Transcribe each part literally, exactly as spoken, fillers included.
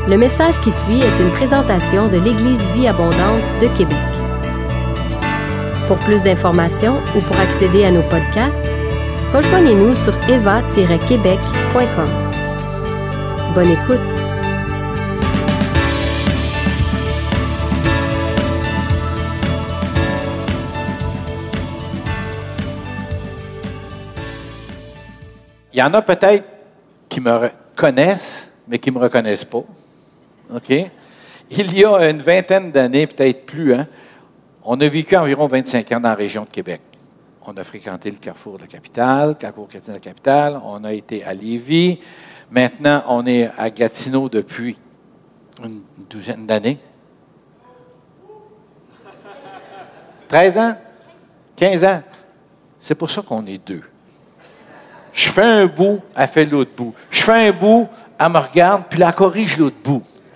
Le message qui suit est une présentation de l'Église Vie Abondante de Québec. Pour plus d'informations ou pour accéder à nos podcasts, rejoignez-nous sur eva tiret québec point com. Bonne écoute! Il y en a peut-être qui me connaissent, mais qui ne me reconnaissent pas. OK? Il y a une vingtaine d'années, peut-être plus, hein, on a vécu environ vingt-cinq ans dans la région de Québec. On a fréquenté le Carrefour de la capitale, le Carrefour chrétien de la capitale. On a été à Lévis. Maintenant, on est à Gatineau depuis une douzaine d'années. treize ans? quinze ans? C'est pour ça qu'on est deux. Je fais un bout, elle fait l'autre bout. Je fais un bout, elle me regarde, puis elle corrige l'autre bout.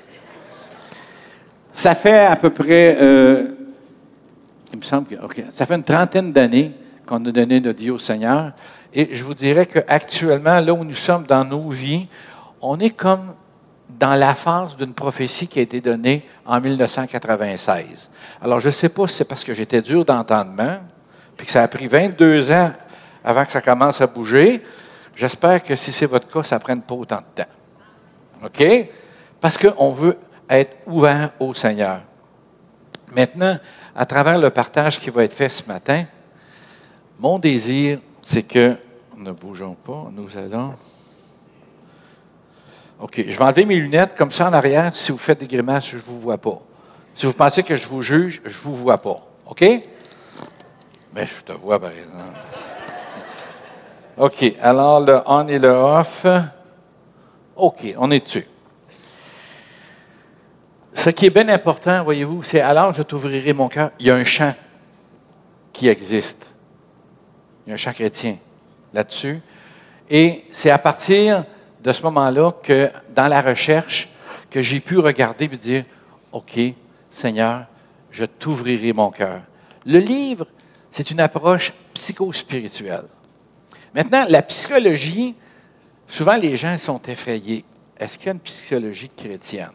Ça fait à peu près, euh, il me semble que, OK, ça fait une trentaine d'années qu'on a donné notre vie au Seigneur. Et je vous dirais qu'actuellement, là où nous sommes dans nos vies, on est comme dans la phase d'une prophétie qui a été donnée en dix-neuf cent quatre-vingt-seize. Alors, je ne sais pas si c'est parce que j'étais dur d'entendement, puis que ça a pris vingt-deux ans avant que ça commence à bouger. J'espère que si c'est votre cas, ça ne prenne pas autant de temps. OK? Parce qu'on veut être ouvert au Seigneur. Maintenant, à travers le partage qui va être fait ce matin, mon désir, c'est que, ne bougeons pas, nous allons... OK, je vais enlever mes lunettes, comme ça en arrière, si vous faites des grimaces, je ne vous vois pas. Si vous pensez que je vous juge, je ne vous vois pas. OK? Mais je te vois, par exemple. OK, alors le on et le off. OK, on est dessus. Ce qui est bien important, voyez-vous, c'est alors je t'ouvrirai mon cœur. Il y a un chant qui existe. Il y a un chant chrétien là-dessus. Et c'est à partir de ce moment-là que, dans la recherche, que j'ai pu regarder et dire, OK, Seigneur, je t'ouvrirai mon cœur. Le livre, c'est une approche psychospirituelle. Maintenant, la psychologie, souvent les gens sont effrayés. Est-ce qu'il y a une psychologie chrétienne?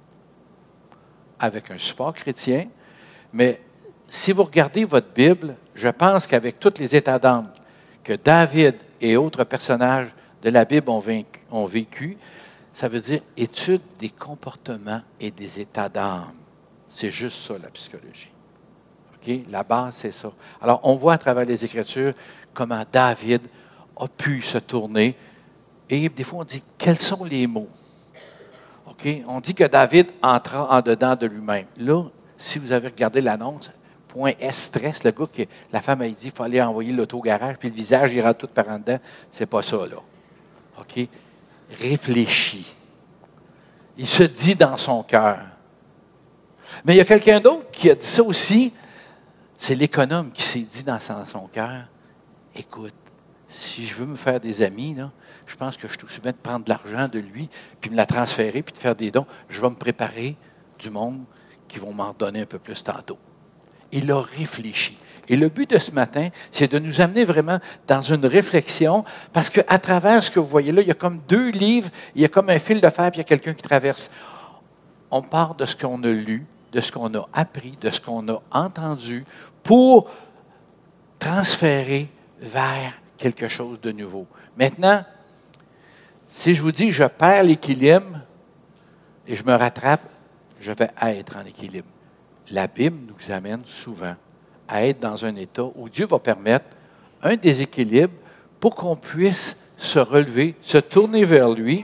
Avec un support chrétien, mais si vous regardez votre Bible, je pense qu'avec tous les états d'âme que David et autres personnages de la Bible ont, vaincu, ont vécu, ça veut dire étude des comportements et des états d'âme. C'est juste ça, la psychologie. Okay? La base, c'est ça. Alors, on voit à travers les Écritures comment David a pu se tourner. Et des fois, on dit, quels sont les mots? Okay? On dit que David entra en dedans de lui-même. Là, si vous avez regardé l'annonce, point S, stress, le gars que la femme a dit, il fallait envoyer l'auto au garage, puis le visage, il rentre tout par en dedans. C'est pas ça, là. OK? Réfléchis. Il se dit dans son cœur. Mais il y a quelqu'un d'autre qui a dit ça aussi. C'est l'économe qui s'est dit dans son cœur, écoute, si je veux me faire des amis, là, je pense que je suis aussi bien de prendre de l'argent de lui, puis me la transférer, puis de faire des dons. Je vais me préparer du monde qui vont m'en donner un peu plus tantôt. Il a réfléchi. Et le but de ce matin, c'est de nous amener vraiment dans une réflexion, parce qu'à travers ce que vous voyez là, il y a comme deux livres, il y a comme un fil de fer, puis il y a quelqu'un qui traverse. On part de ce qu'on a lu, de ce qu'on a appris, de ce qu'on a entendu, pour transférer vers quelque chose de nouveau. Maintenant, si je vous dis je perds l'équilibre et je me rattrape, je vais être en équilibre. La Bible nous amène souvent à être dans un état où Dieu va permettre un déséquilibre pour qu'on puisse se relever, se tourner vers lui,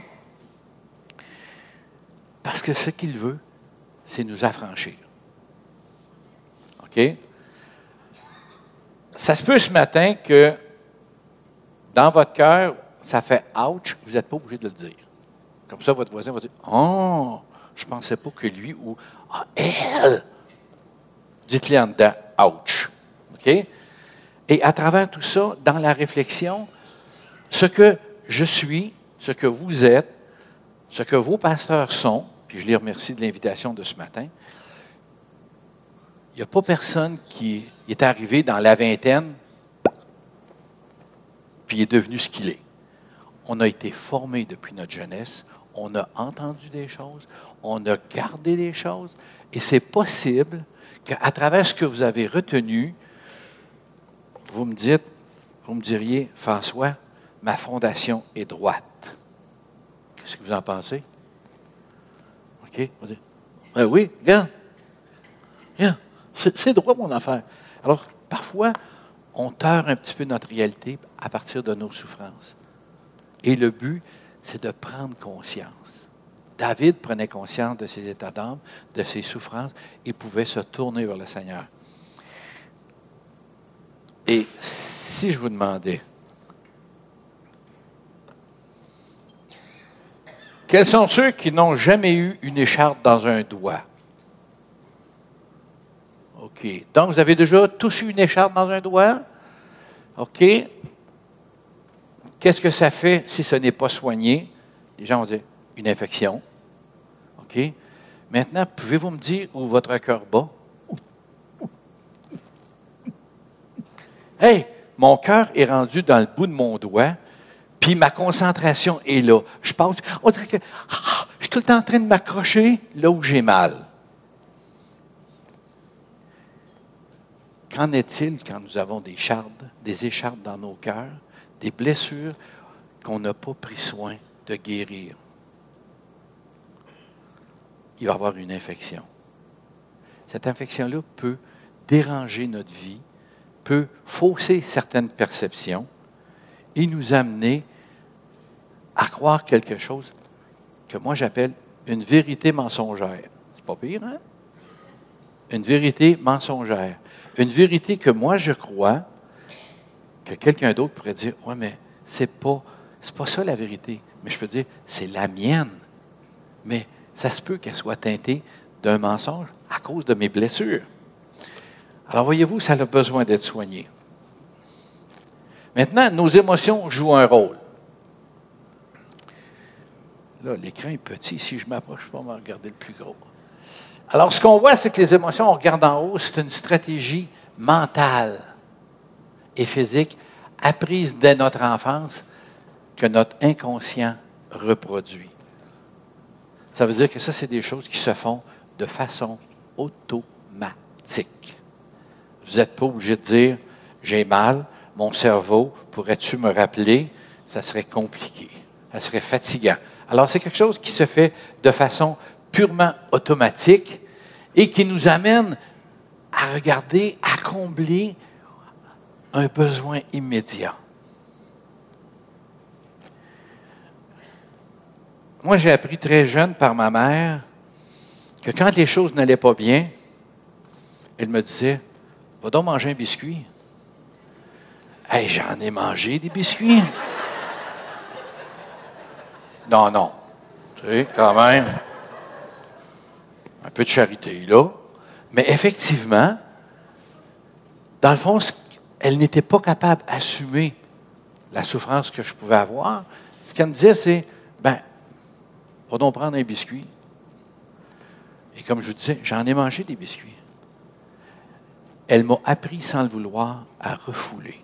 parce que ce qu'il veut, c'est nous affranchir. OK? Ça se peut ce matin que dans votre cœur, ça fait « ouch », vous n'êtes pas obligé de le dire. Comme ça, votre voisin va dire « oh, je ne pensais pas que lui » ou « ah, elle ». Dites-le en dedans « ouch ». OK? Et à travers tout ça, dans la réflexion, ce que je suis, ce que vous êtes, ce que vos pasteurs sont, puis je les remercie de l'invitation de ce matin, il n'y a pas personne qui est arrivé dans la vingtaine puis est devenu ce qu'il est. On a été formés depuis notre jeunesse, on a entendu des choses, on a gardé des choses, et c'est possible qu'à travers ce que vous avez retenu, vous me dites, vous me diriez, François, ma fondation est droite. Qu'est-ce que vous en pensez? OK? Ben oui, regarde. Regarde. C'est, c'est droit, mon affaire. Alors, parfois, on teurt un petit peu notre réalité à partir de nos souffrances. Et le but, c'est de prendre conscience. David prenait conscience de ses états d'âme, de ses souffrances, et pouvait se tourner vers le Seigneur. Et si je vous demandais, quels sont ceux qui n'ont jamais eu une écharpe dans un doigt? OK. Donc, vous avez déjà tous eu une écharpe dans un doigt? OK. Qu'est-ce que ça fait si ce n'est pas soigné? Les gens vont dire, une infection. OK. Maintenant, pouvez-vous me dire où votre cœur bat? Hey, mon cœur est rendu dans le bout de mon doigt, puis ma concentration est là. Je pense, on dirait que ah, je suis tout le temps en train de m'accrocher là où j'ai mal. Qu'en est-il quand nous avons des écharpes, des écharpes dans nos cœurs, des blessures qu'on n'a pas pris soin de guérir? Il va y avoir une infection. Cette infection-là peut déranger notre vie, peut fausser certaines perceptions et nous amener à croire quelque chose que moi j'appelle une vérité mensongère. C'est pas pire, hein? Une vérité mensongère. Une vérité que moi je crois que quelqu'un d'autre pourrait dire, ouais, mais c'est pas, c'est pas ça la vérité. Mais je peux dire, c'est la mienne. Mais ça se peut qu'elle soit teintée d'un mensonge à cause de mes blessures. Alors, voyez-vous, ça a besoin d'être soigné. Maintenant, nos émotions jouent un rôle. Là, l'écran est petit. Si je m'approche, je vais me regarder le plus gros. Alors, ce qu'on voit, c'est que les émotions, on regarde en haut, c'est une stratégie mentale et physique apprise dès notre enfance que notre inconscient reproduit. Ça veut dire que ça, c'est des choses qui se font de façon automatique. Vous n'êtes pas obligé de dire « j'ai mal, mon cerveau, pourrais-tu me rappeler ?» Ça serait compliqué, ça serait fatigant. Alors, c'est quelque chose qui se fait de façon purement automatique et qui nous amène à regarder, à combler un besoin immédiat. Moi, j'ai appris très jeune par ma mère que quand les choses n'allaient pas bien, elle me disait, « Va donc manger un biscuit. » Hey, j'en ai mangé des biscuits. Non, non. Tu sais, quand même, un peu de charité, là. Mais effectivement, dans le fond, elle n'était pas capable d'assumer la souffrance que je pouvais avoir. Ce qu'elle me disait, c'est, ben, va donc prendre un biscuit. Et comme je vous disais, j'en ai mangé des biscuits. Elle m'a appris, sans le vouloir, à refouler.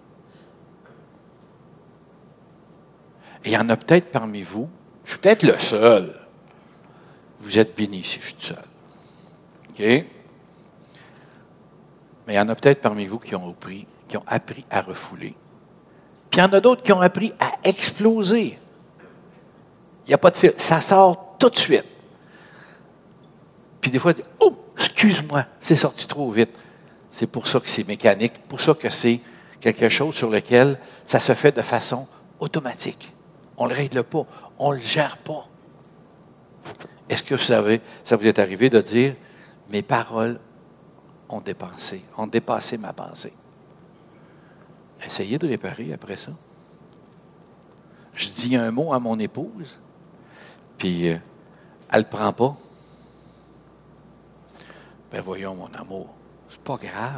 Et il y en a peut-être parmi vous, je suis peut-être le seul. Vous êtes bénis si je suis tout seul. OK? Mais il y en a peut-être parmi vous qui ont appris, qui ont appris à refouler. Puis il y en a d'autres qui ont appris à exploser. Il n'y a pas de fil. Ça sort tout de suite. Puis des fois, « Oh, excuse-moi, c'est sorti trop vite. » C'est pour ça que c'est mécanique, pour ça que c'est quelque chose sur lequel ça se fait de façon automatique. On ne le règle pas, on ne le gère pas. Est-ce que vous savez, ça vous est arrivé de dire, mes paroles ont dépassé, ont dépassé ma pensée? Essayez de réparer après ça. Je dis un mot à mon épouse, puis euh, elle ne le prend pas. Ben voyons, mon amour, c'est pas grave.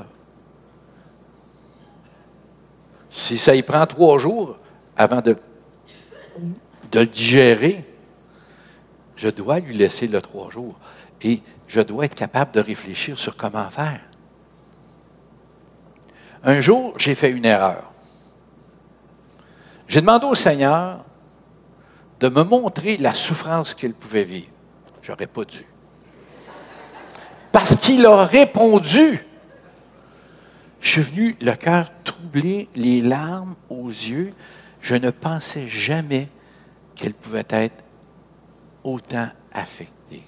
Si ça y prend trois jours avant de, de le digérer, je dois lui laisser le trois jours. Et je dois être capable de réfléchir sur comment faire. Un jour, j'ai fait une erreur. J'ai demandé au Seigneur de me montrer la souffrance qu'il pouvait vivre. J'aurais pas dû. Parce qu'il a répondu. Je suis venu le cœur troublé, les larmes aux yeux. Je ne pensais jamais qu'elle pouvait être autant affectée.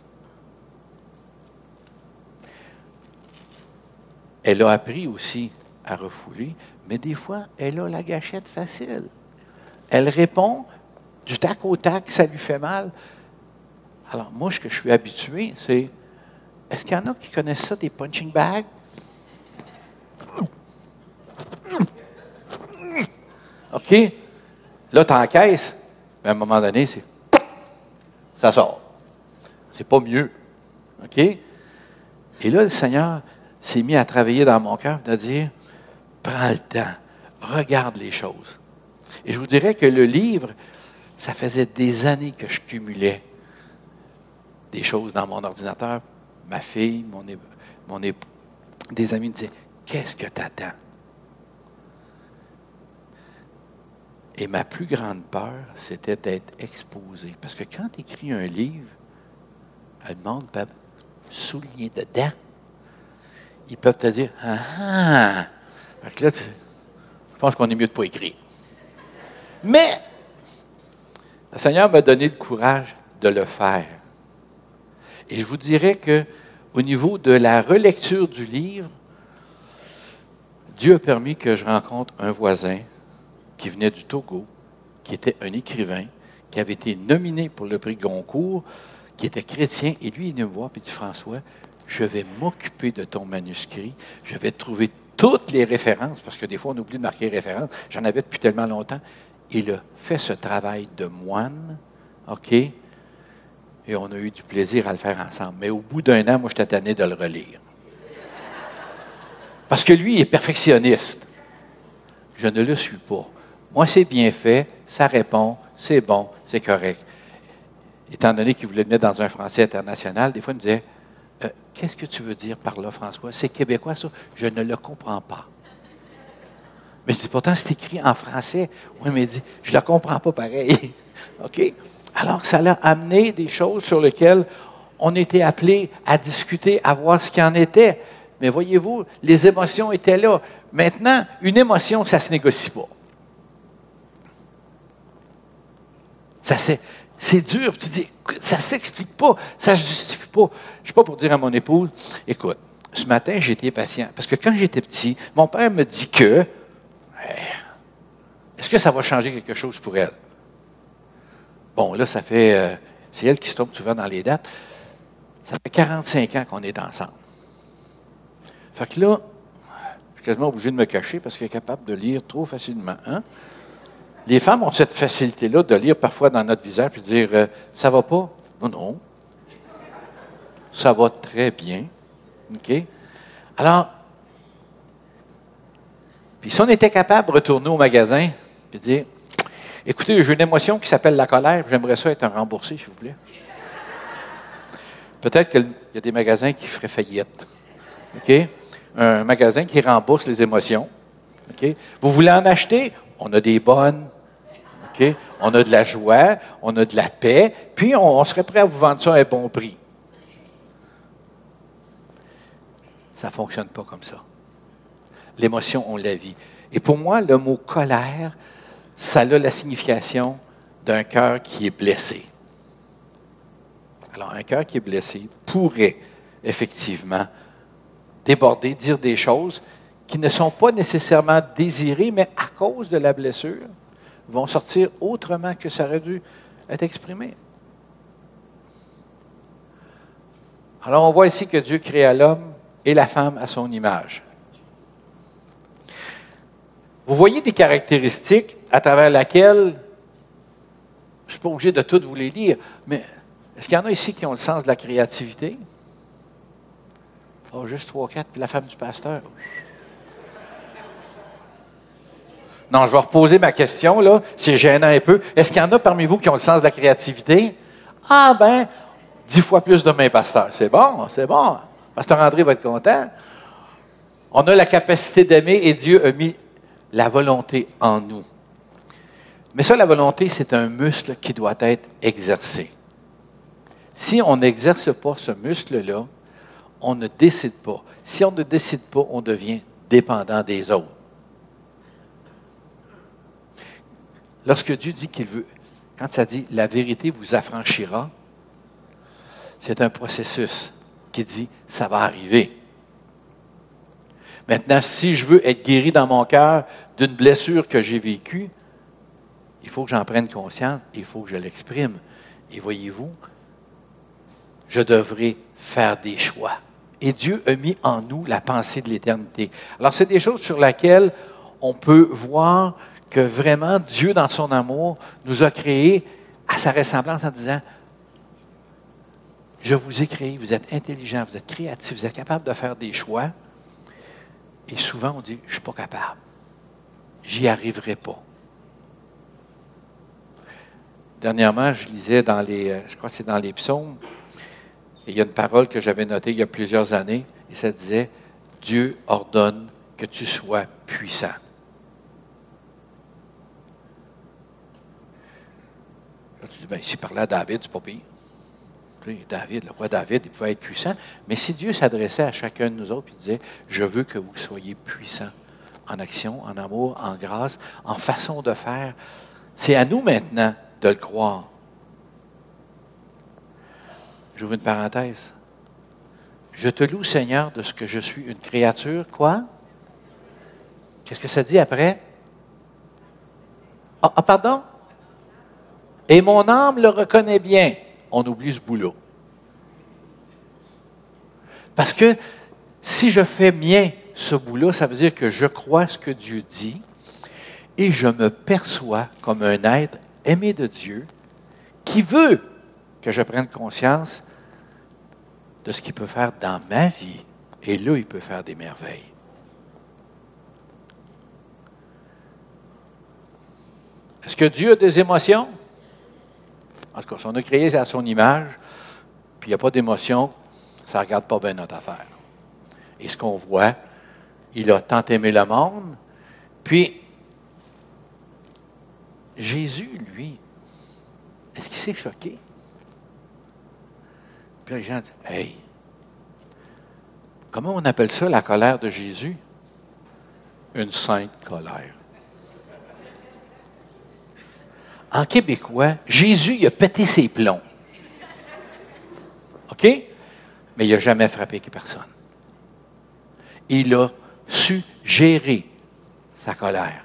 Elle a appris aussi à refouler, mais des fois, elle a la gâchette facile. Elle répond du tac au tac, ça lui fait mal. Alors, moi, ce que je suis habitué, c'est, est-ce qu'il y en a qui connaissent ça, des punching bags? OK? Là, tu encaisses, mais à un moment donné, c'est ça sort. C'est pas mieux. OK? Et là, le Seigneur s'est mis à travailler dans mon cœur, de dire, prends le temps, regarde les choses. Et je vous dirais que le livre, ça faisait des années que je cumulais des choses dans mon ordinateur. Ma fille, mon époux, mon époux, des amis me disaient, qu'est-ce que tu attends? Et ma plus grande peur, c'était d'être exposé. Parce que quand tu écris un livre, le monde peut souligner dedans. Ils peuvent te dire, ah ah! Fait que là, tu, je pense qu'on est mieux de ne pas écrire. Mais, le Seigneur m'a donné le courage de le faire. Et je vous dirais qu'au niveau de la relecture du livre, Dieu a permis que je rencontre un voisin qui venait du Togo, qui était un écrivain, qui avait été nominé pour le prix Goncourt, qui était chrétien, et lui, il est venu me voir et dit, François, je vais m'occuper de ton manuscrit, je vais trouver toutes les références, parce que des fois, on oublie de marquer les références, j'en avais depuis tellement longtemps. Il a fait ce travail de moine, OK? Et on a eu du plaisir à le faire ensemble. Mais au bout d'un an, moi, j'étais tanné de le relire. Parce que lui, il est perfectionniste. Je ne le suis pas. Moi, c'est bien fait, ça répond, c'est bon, c'est correct. Étant donné qu'il voulait le mettre dans un français international, des fois, il me disait, euh, qu'est-ce que tu veux dire par là, François? C'est québécois, ça? Je ne le comprends pas. Mais je dis, pourtant, c'est écrit en français. Oui, mais il dit, je ne le comprends pas pareil. OK? Alors, ça l'a amené des choses sur lesquelles on était appelés à discuter, à voir ce qu'il en était. Mais voyez-vous, les émotions étaient là. Maintenant, une émotion, ça ne se négocie pas. Ça, c'est, c'est dur. Tu dis, ça ne s'explique pas, ça ne se justifie pas. Je ne suis pas pour dire à mon épouse, écoute, ce matin, j'ai été patient. Parce que quand j'étais petit, mon père me dit que, est-ce que ça va changer quelque chose pour elle? Bon, là, ça fait, euh, c'est elle qui se trompe souvent dans les dates, ça fait quarante-cinq ans qu'on est ensemble. Fait que là, je suis quasiment obligé de me cacher parce qu'elle est capable de lire trop facilement. Hein? Les femmes ont cette facilité-là de lire parfois dans notre visage et de dire euh, « ça va pas? » Non, non. Ça va très bien. OK? Alors, puis si on était capable de retourner au magasin et dire « écoutez, j'ai une émotion qui s'appelle la colère, j'aimerais ça être remboursé, s'il vous plaît. » Peut-être qu'il y a des magasins qui feraient faillite. OK? Un magasin qui rembourse les émotions. OK? Vous voulez en acheter? On a des bonnes. OK? On a de la joie, on a de la paix, puis on, on serait prêt à vous vendre ça à un bon prix. Ça ne fonctionne pas comme ça. L'émotion, on la vit. Et pour moi, le mot colère, ça a la signification d'un cœur qui est blessé. Alors, un cœur qui est blessé pourrait effectivement déborder, dire des choses qui ne sont pas nécessairement désirées, mais à cause de la blessure, vont sortir autrement que ça aurait dû être exprimé. Alors, on voit ici que Dieu créa l'homme et la femme à son image. Vous voyez des caractéristiques à travers lesquelles, je ne suis pas obligé de toutes vous les lire, mais est-ce qu'il y en a ici qui ont le sens de la créativité? Oh, juste trois, quatre, puis la femme du pasteur. Non, je vais reposer ma question, là. C'est gênant un peu. Est-ce qu'il y en a parmi vous qui ont le sens de la créativité? Ah, ben, dix fois plus de mains, pasteur. C'est bon, c'est bon. Pasteur André va être content. On a la capacité d'aimer et Dieu a mis la volonté en nous. Mais ça, la volonté, c'est un muscle qui doit être exercé. Si on n'exerce pas ce muscle-là, on ne décide pas. Si on ne décide pas, on devient dépendant des autres. Lorsque Dieu dit qu'il veut, quand ça dit « la vérité vous affranchira », c'est un processus qui dit « ça va arriver ». Maintenant, si je veux être guéri dans mon cœur d'une blessure que j'ai vécue, il faut que j'en prenne conscience, il faut que je l'exprime. Et voyez-vous, je devrais faire des choix. Et Dieu a mis en nous la pensée de l'éternité. Alors, c'est des choses sur lesquelles on peut voir que vraiment Dieu, dans son amour, nous a créés à sa ressemblance en disant « Je vous ai créé, vous êtes intelligents, vous êtes créatifs, vous êtes capables de faire des choix. » Et souvent, on dit « Je ne suis pas capable. J'y arriverai pas. » Dernièrement, je lisais dans les, je crois que c'est dans les psaumes, et il y a une parole que j'avais notée il y a plusieurs années, et ça disait « Dieu ordonne que tu sois puissant. » Là, tu dis, bien, s'il parlait à David, c'est pas pire. Tu sais, David, le roi David, il pouvait être puissant, mais si Dieu s'adressait à chacun de nous autres et disait « Je veux que vous soyez puissants en action, en amour, en grâce, en façon de faire », c'est à nous maintenant de le croire. J'ouvre une parenthèse. Je te loue, Seigneur, de ce que je suis une créature, quoi? Qu'est-ce que ça dit après? Ah, ah, pardon? Et mon âme le reconnaît bien. On oublie ce bout-là. Parce que si je fais mien ce bout-là, ça veut dire que je crois ce que Dieu dit et je me perçois comme un être aimé de Dieu qui veut que je prenne conscience de ce qu'il peut faire dans ma vie. Et là, il peut faire des merveilles. Est-ce que Dieu a des émotions? En tout cas, si on a créé à son image, puis il n'y a pas d'émotion, ça ne regarde pas bien notre affaire. Et ce qu'on voit, il a tant aimé le monde, puis Jésus, lui, est-ce qu'il s'est choqué? Puis les gens disent, « Hey, comment on appelle ça, la colère de Jésus? » Une sainte colère. En québécois, Jésus, il a pété ses plombs. OK? Mais il n'a jamais frappé personne. Il a su gérer sa colère.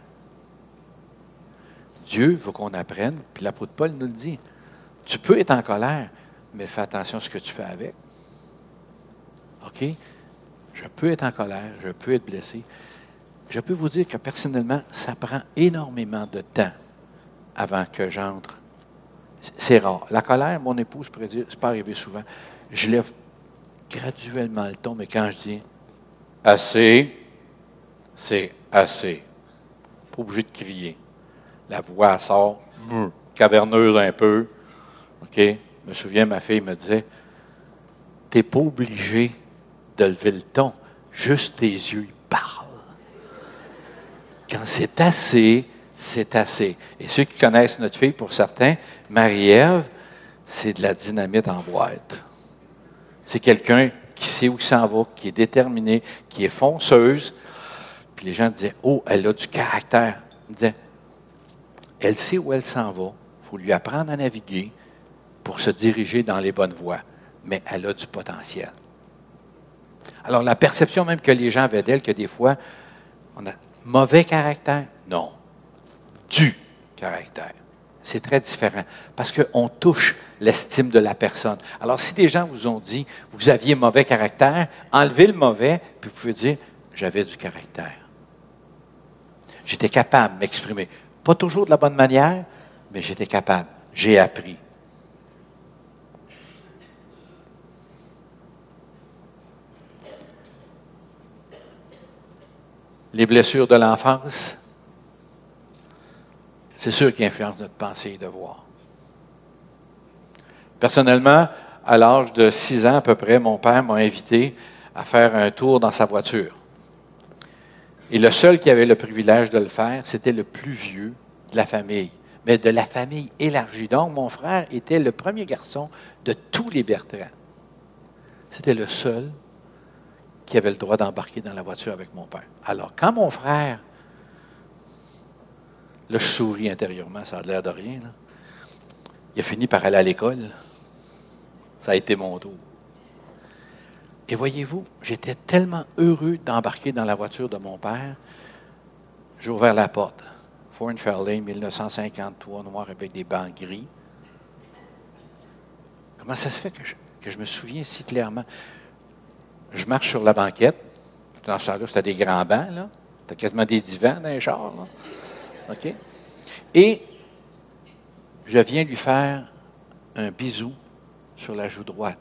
Dieu veut qu'on apprenne, puis l'apôtre Paul nous le dit. Tu peux être en colère, mais fais attention à ce que tu fais avec. OK? Je peux être en colère, je peux être blessé. Je peux vous dire que personnellement, ça prend énormément de temps avant que j'entre. C'est rare. La colère, mon épouse pourrait dire, c'est pas arrivé souvent. Je lève graduellement le ton, mais quand je dis assez, c'est assez. Pas obligé de crier. La voix sort, mmh, caverneuse un peu. OK? Je me souviens, ma fille me disait, tu n'es pas obligé de lever le ton, juste tes yeux, ils parlent. Quand c'est assez, c'est assez. Et ceux qui connaissent notre fille, pour certains, Marie-Ève, c'est de la dynamite en boîte. C'est quelqu'un qui sait où il s'en va, qui est déterminé, qui est fonceuse. Puis les gens disaient, oh, elle a du caractère. Ils disaient, elle sait où elle s'en va. Il faut lui apprendre à naviguer pour se diriger dans les bonnes voies. Mais elle a du potentiel. Alors, la perception même que les gens avaient d'elle, que des fois, on a mauvais caractère, non. Du caractère. C'est très différent parce qu'on touche l'estime de la personne. Alors, si des gens vous ont dit que vous aviez mauvais caractère, enlevez le mauvais, puis vous pouvez dire « j'avais du caractère ». J'étais capable de m'exprimer. Pas toujours de la bonne manière, mais j'étais capable. J'ai appris. Les blessures de l'enfance, c'est sûr qu'ils influencent notre pensée et devoir. Personnellement, à l'âge de six ans à peu près, mon père m'a invité à faire un tour dans sa voiture. Et le seul qui avait le privilège de le faire, c'était le plus vieux de la famille. mais de la famille élargie. Donc, mon frère était le premier garçon de tous les Bertrand. C'était le seul qui avait le droit d'embarquer dans la voiture avec mon père. Alors, quand mon frère, là, je souris intérieurement, ça a l'air de rien, là. Il a fini par aller à l'école. Ça a été mon tour. Et voyez-vous, j'étais tellement heureux d'embarquer dans la voiture de mon père. J'ai ouvert la porte. Ford Fairlane, dix-neuf cent cinquante-trois, noir avec des bancs gris. Comment ça se fait que je, que je me souviens si clairement? Je marche sur la banquette. Dans ce temps-là, c'était des grands bancs, là. C'était quasiment des divans dans les chars, là. OK? Et je viens lui faire un bisou sur la joue droite.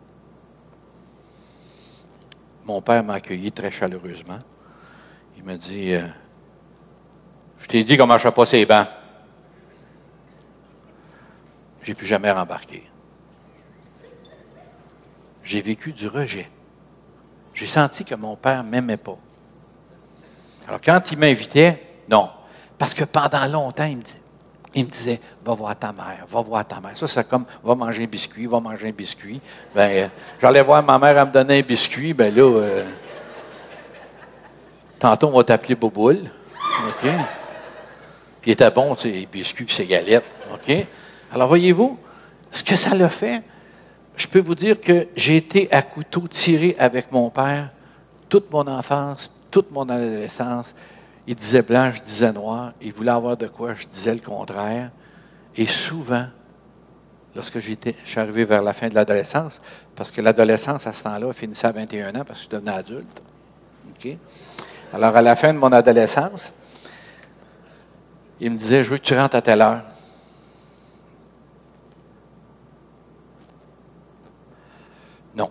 Mon père m'a accueilli très chaleureusement. Il m'a dit, euh, « Je t'ai dit qu'on ne marchait pas ces bancs. » Je n'ai plus jamais rembarqué. J'ai vécu du rejet. J'ai senti que mon père ne m'aimait pas. Alors, quand il m'invitait, non. Parce que pendant longtemps, il me dit, Il me disait, va voir ta mère, va voir ta mère. Ça, c'est comme, va manger un biscuit, va manger un biscuit. Bien, euh, j'allais voir ma mère, elle me donnait un biscuit. Bien là, euh, tantôt, on va t'appeler Boboule. OK? Puis il était bon, tu sais, les biscuits et ses galettes. OK? Alors, voyez-vous, ce que ça l'a fait, je peux vous dire que j'ai été à couteau tiré avec mon père toute mon enfance, toute mon adolescence. Il disait blanc, je disais noir. Il voulait avoir de quoi, je disais le contraire. Et souvent, lorsque j'étais, je suis arrivé vers la fin de l'adolescence, parce que l'adolescence, à ce temps-là, finissait à vingt et un ans, parce que je devenais adulte. Okay? Alors, à la fin de mon adolescence, il me disait, je veux que tu rentres à telle heure. Non.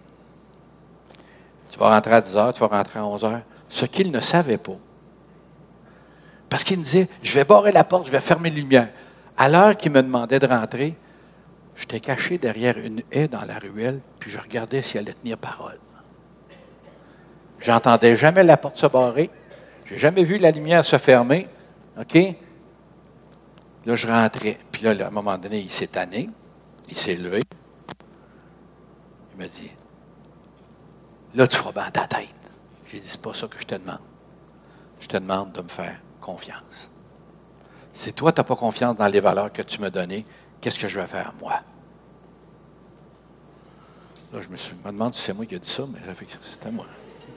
Tu vas rentrer à dix heures, tu vas rentrer à onze heures. Ce qu'il ne savait pas, parce qu'il me disait, je vais barrer la porte, je vais fermer les lumières. À l'heure qu'il me demandait de rentrer, j'étais caché derrière une haie dans la ruelle, puis je regardais s'il allait tenir parole. J'entendais jamais la porte se barrer. Je n'ai jamais vu la lumière se fermer. OK? Là, je rentrais. Puis là, à un moment donné, il s'est tanné. Il s'est levé. Il m'a dit, là, tu feras bien ta tête. J'ai dit, c'est pas ça que je te demande. Je te demande de me faire confiance. Si toi, tu n'as pas confiance dans les valeurs que tu m'as données, qu'est-ce que je vais faire, moi? Là, je me, suis, je me demande si c'est moi qui ai dit ça, mais c'était moi.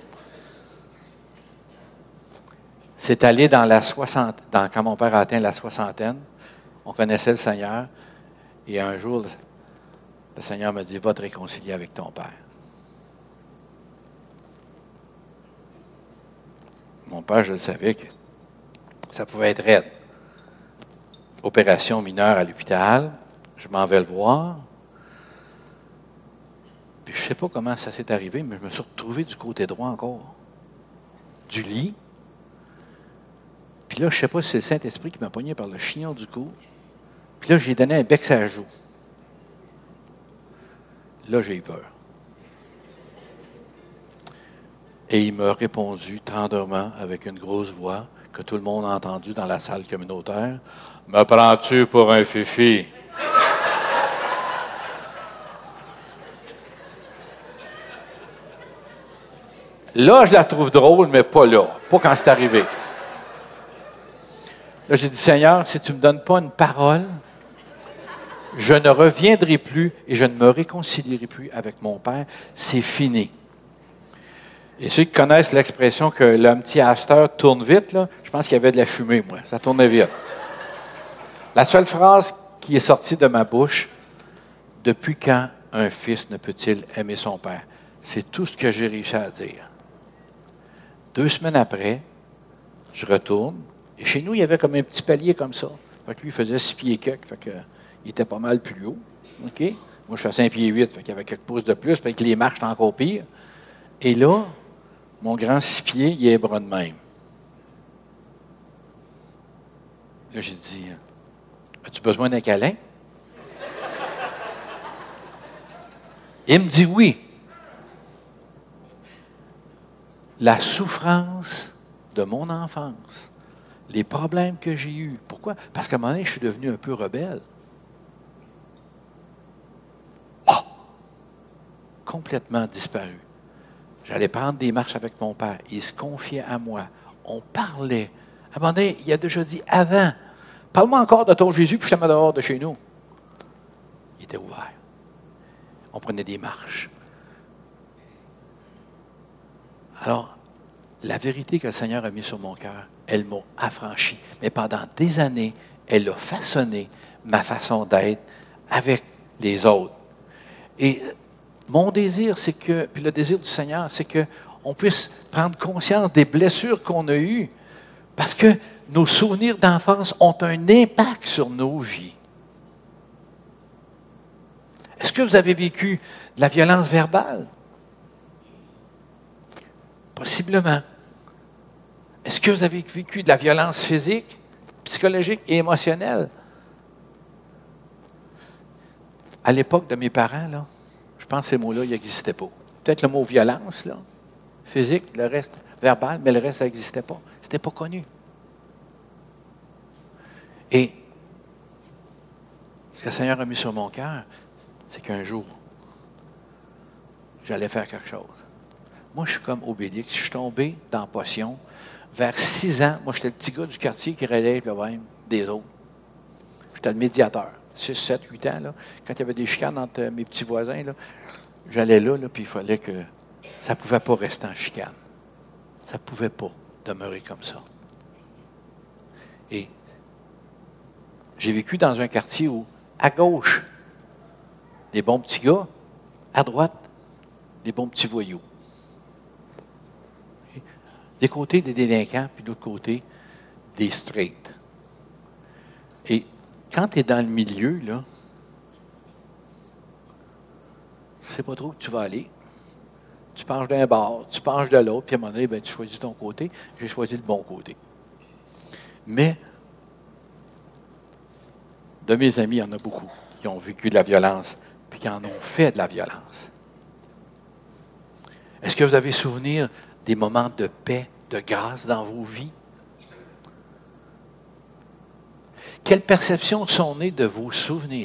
C'est allé dans la soixantaine, dans, quand mon père a atteint la soixantaine, on connaissait le Seigneur, et un jour, le Seigneur m'a dit, va te réconcilier avec ton père. Mon père, je le savais que ça pouvait être raide. Opération mineure à l'hôpital, je m'en vais le voir. Puis je ne sais pas comment ça s'est arrivé, mais je me suis retrouvé du côté droit encore, du lit. Puis là, je ne sais pas si c'est le Saint-Esprit qui m'a pogné par le chignon du cou. Puis là, j'ai donné un bec sur la joue. Là, j'ai eu peur. Et il m'a répondu tendrement, avec une grosse voix, que tout le monde a entendu dans la salle communautaire. « Me prends-tu pour un fifi? » Là, je la trouve drôle, mais pas là. Pas quand c'est arrivé. Là, j'ai dit, Seigneur, si tu ne me donnes pas une parole, je ne reviendrai plus et je ne me réconcilierai plus avec mon Père. C'est fini. Et ceux qui connaissent l'expression que le petit hamster tourne vite, là, je pense qu'il y avait de la fumée, moi. Ça tournait vite. La seule phrase qui est sortie de ma bouche, « Depuis quand un fils ne peut-il aimer son père? » C'est tout ce que j'ai réussi à dire. Deux semaines après, je retourne. Et chez nous, il y avait comme un petit palier comme ça. Fait que lui, il faisait six pieds quelques. Fait que, il était pas mal plus haut. Okay? Moi, je fais cinq pieds huit. Fait qu'il y avait quelques pouces de plus. Fait que les marches étaient encore pires. Et là, mon grand six pieds, il est bras de même. Là, j'ai dit, as-tu besoin d'un câlin? Il me dit oui. La souffrance de mon enfance, les problèmes que j'ai eus. Pourquoi? Parce qu'à un moment donné, je suis devenu un peu rebelle. Oh! Complètement disparu. J'allais prendre des marches avec mon père. Il se confiait à moi. On parlait. À un moment donné, il a déjà dit avant, parle-moi encore de ton Jésus, puis je te mets dehors de chez nous. Il était ouvert. On prenait des marches. Alors, la vérité que le Seigneur a mise sur mon cœur, elle m'a affranchi. Mais pendant des années, elle a façonné ma façon d'être avec les autres. Et mon désir, c'est que, puis le désir du Seigneur, c'est qu'on puisse prendre conscience des blessures qu'on a eues, parce que nos souvenirs d'enfance ont un impact sur nos vies. Est-ce que vous avez vécu de la violence verbale? Possiblement. Est-ce que vous avez vécu de la violence physique, psychologique et émotionnelle? À l'époque de mes parents, là, je pense que ces mots-là, ils n'existaient pas. Peut-être le mot violence, là, physique, le reste verbal, mais le reste, ça n'existait pas. Ce n'était pas connu. Et ce que le Seigneur a mis sur mon cœur, c'est qu'un jour, j'allais faire quelque chose. Moi, je suis comme Obélix. Je suis tombé dans la potion. Vers six ans, moi, j'étais le petit gars du quartier qui relève le même des autres. J'étais le médiateur. six, sept, huit ans, là, quand il y avait des chicanes entre mes petits voisins, là, j'allais là, là puis il fallait que... Ça ne pouvait pas rester en chicane. Ça ne pouvait pas demeurer comme ça. Et j'ai vécu dans un quartier où, à gauche, des bons petits gars, à droite, des bons petits voyous. Des côtés, des délinquants, puis de l'autre côté, des straights. Et quand tu es dans le milieu, là, tu ne sais pas trop où tu vas aller. Tu penches d'un bord, tu penches de l'autre, puis à un moment donné, ben, tu choisis ton côté. J'ai choisi le bon côté. Mais, de mes amis, il y en a beaucoup qui ont vécu de la violence, puis qui en ont fait de la violence. Est-ce que vous avez souvenir des moments de paix, de grâce dans vos vies? Quelles perceptions sont nées de vos souvenirs?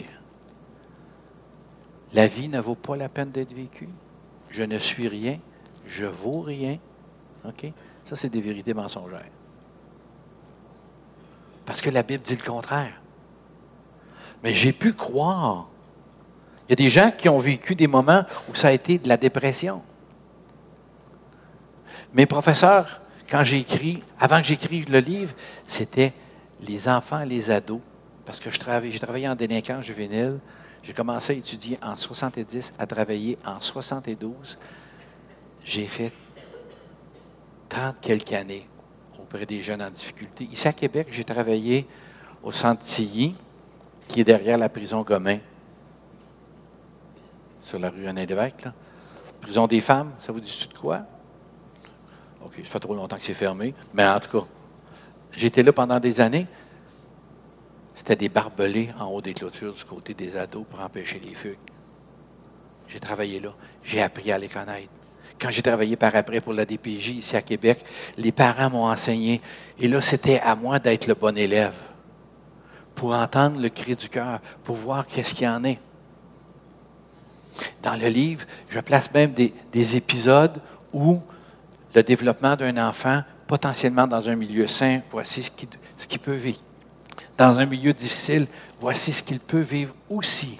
La vie ne vaut pas la peine d'être vécue. Je ne suis rien. Je vaux rien. OK? Ça, c'est des vérités mensongères. Parce que la Bible dit le contraire. Mais j'ai pu croire. Il y a des gens qui ont vécu des moments où ça a été de la dépression. Mes professeurs, quand j'ai écrit, avant que j'écrive le livre, c'était les enfants et les ados. Parce que je travaillais, j'ai travaillé en délinquance juvénile. J'ai commencé à étudier en soixante-dix, à travailler en soixante-douze. J'ai fait trente quelques années auprès des jeunes en difficulté. Ici à Québec, j'ai travaillé au Centre Tilly, qui est derrière la prison Gomain, sur la rue René-Lévesque, là. Prison des femmes, ça vous dit tout de quoi? OK, ça fait trop longtemps que c'est fermé, mais en tout cas, j'étais là pendant des années. C'était des barbelés en haut des clôtures du côté des ados pour empêcher les fugues. J'ai travaillé là. J'ai appris à les connaître. Quand j'ai travaillé par après pour la D P J ici à Québec, les parents m'ont enseigné. Et là, c'était à moi d'être le bon élève pour entendre le cri du cœur, pour voir qu'est-ce qu'il y en est. Dans le livre, je place même des, des épisodes où le développement d'un enfant, potentiellement dans un milieu sain, voici ce qu'il, ce qu'il peut vivre. Dans un milieu difficile, voici ce qu'il peut vivre aussi.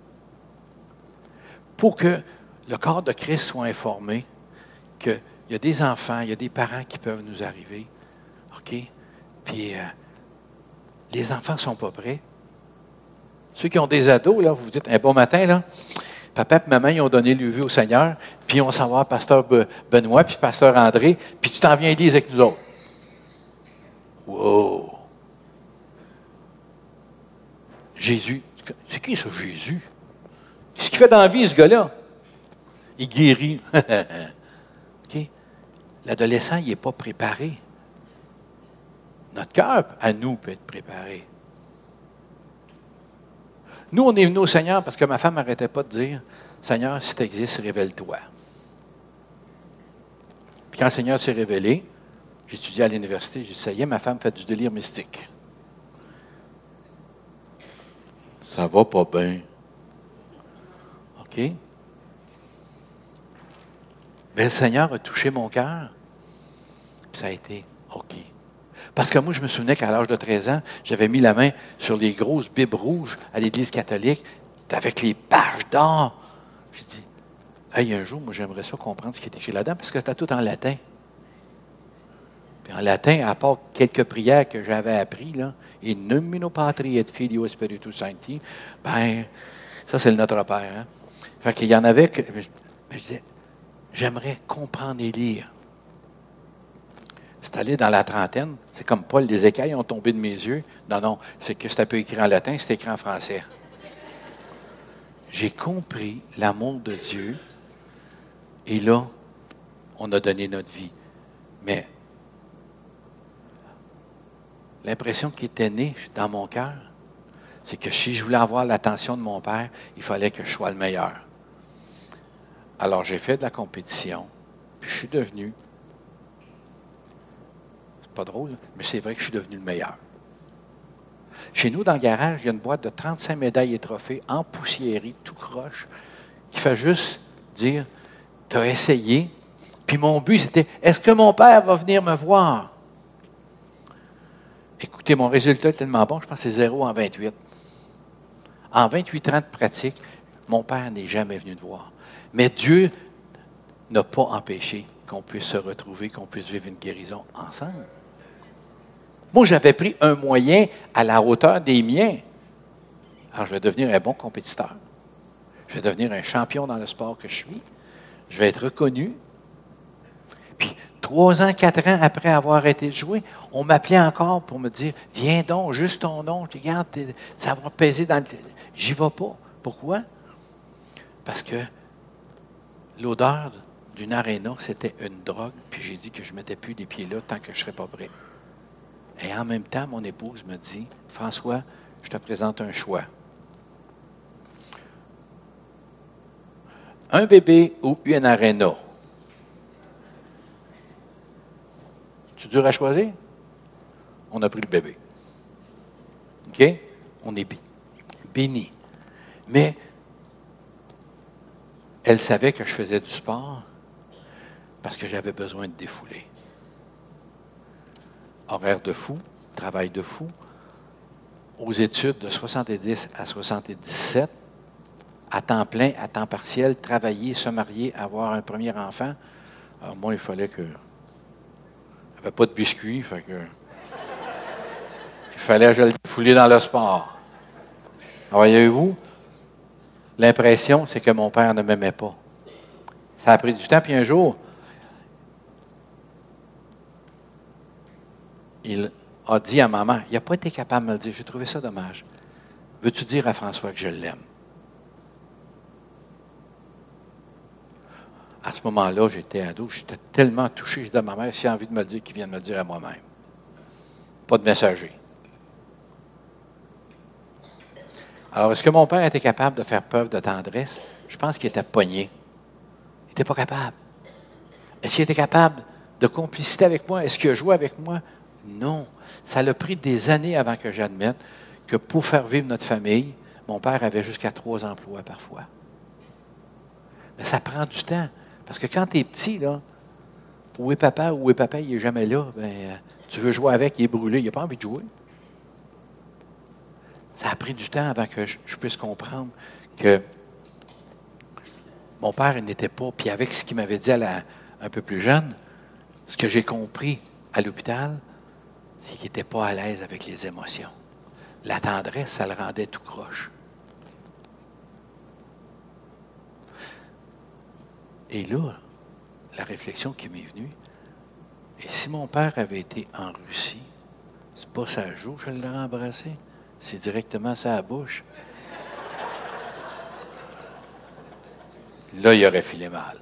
Pour que le corps de Christ soit informé qu'il y a des enfants, il y a des parents qui peuvent nous arriver. OK? Puis, euh, les enfants ne sont pas prêts. Ceux qui ont des ados, là, vous vous dites, un bon matin, là, papa et maman, ils ont donné le vu au Seigneur, puis on s'en va pasteur Benoît, puis pasteur André, puis tu t'en viens à l'église avec nous autres. Wow! Jésus, c'est qui ça, Jésus? Qu'est-ce qu'il fait dans la vie, ce gars-là? Il guérit. Okay? L'adolescent, il n'est pas préparé. Notre cœur, à nous, peut être préparé. Nous, on est venus au Seigneur parce que ma femme n'arrêtait pas de dire, « Seigneur, si tu existes, révèle-toi. » Puis quand le Seigneur s'est révélé, J'étudiais à l'université, j'ai dit, ça y est, ma femme fait du délire mystique. Ça va pas bien. OK? Mais le Seigneur a touché mon cœur. Puis ça a été OK. Parce que moi, je me souvenais qu'à l'âge de treize ans, j'avais mis la main sur les grosses bibes rouges à l'Église catholique, avec les pages d'or. J'ai dit, hey, un jour, moi, j'aimerais ça comprendre ce qui est écrit là-dedans, parce que c'était tout en latin. Puis en latin, à part quelques prières que j'avais apprises, là, in nomine Patri et Filio Spiritus Sancti, ben, ça, c'est le Notre Père. Hein? Fait qu'il y en avait que. Mais je, mais je disais, j'aimerais comprendre et lire. C'est allé dans la trentaine. C'est comme Paul, les écailles ont tombé de mes yeux. Non, non, c'est que c'est un peu écrit en latin, c'est écrit en français. J'ai compris l'amour de Dieu. Et là, on a donné notre vie. Mais l'impression qui était née dans mon cœur, c'est que si je voulais avoir l'attention de mon père, il fallait que je sois le meilleur. Alors, j'ai fait de la compétition, puis je suis devenu, c'est pas drôle, mais c'est vrai que je suis devenu le meilleur. Chez nous, dans le garage, il y a une boîte de trente-cinq médailles et trophées, empoussiérées, tout croche, qui fait juste dire, « Tu as essayé. » Puis mon but, c'était, « Est-ce que mon père va venir me voir? » Écoutez, mon résultat est tellement bon, je pense que c'est zéro en vingt-huit. En vingt-huit ans de pratique, mon père n'est jamais venu me voir. Mais Dieu n'a pas empêché qu'on puisse se retrouver, qu'on puisse vivre une guérison ensemble. Moi, j'avais pris un moyen à la hauteur des miens. Alors, je vais devenir un bon compétiteur. Je vais devenir un champion dans le sport que je suis. Je vais être reconnu. Puis, trois ans, quatre ans après avoir arrêté de jouer, on m'appelait encore pour me dire, « Viens donc, juste ton nom, regarde, ça va peser dans le... » J'y vais pas. Pourquoi? Parce que l'odeur d'une aréna, c'était une drogue, puis j'ai dit que je ne mettais plus les pieds là tant que je ne serais pas prêt. Et en même temps, mon épouse me dit, « François, je te présente un choix. Un bébé ou une aréna? » C'est dur à choisir? On a pris le bébé. OK? On est béni. Mais elle savait que je faisais du sport parce que j'avais besoin de défouler. Horaire de fou, travail de fou, aux études de soixante-dix à soixante-dix-sept, à temps plein, à temps partiel, travailler, se marier, avoir un premier enfant. Alors moi, il fallait que... Il n'y avait pas de biscuits, fait que... Il fallait que je le défoulais dans le sport. Alors, voyez-vous, l'impression, c'est que mon père ne m'aimait pas. Ça a pris du temps, puis un jour, il a dit à maman, il n'a pas été capable de me le dire, j'ai trouvé ça dommage. Veux-tu dire à François que je l'aime? À ce moment-là, j'étais ado, j'étais tellement touché, je disais à ma mère, s'il a envie de me le dire, qu'il vienne me le dire à moi-même. Pas de messager. Alors, est-ce que mon père était capable de faire preuve de tendresse? Je pense qu'il était pogné. Il n'était pas capable. Est-ce qu'il était capable de complicité avec moi? Est-ce qu'il a joué avec moi? Non. Ça l'a pris des années avant que j'admette que pour faire vivre notre famille, mon père avait jusqu'à trois emplois parfois. Mais ça prend du temps. Parce que quand tu es petit, là, où est papa, où est papa, il n'est jamais là, ben, euh, tu veux jouer avec, il est brûlé, il n'a pas envie de jouer. Ça a pris du temps avant que je, je puisse comprendre que mon père n'était pas, puis avec ce qu'il m'avait dit à la, un peu plus jeune, ce que j'ai compris à l'hôpital, c'est qu'il n'était pas à l'aise avec les émotions. La tendresse, ça le rendait tout croche. Et là, la réflexion qui m'est venue, et si mon père avait été en Russie, c'est pas sa joue que je l'aurais embrassé, c'est directement sa bouche. Là, il aurait filé mal.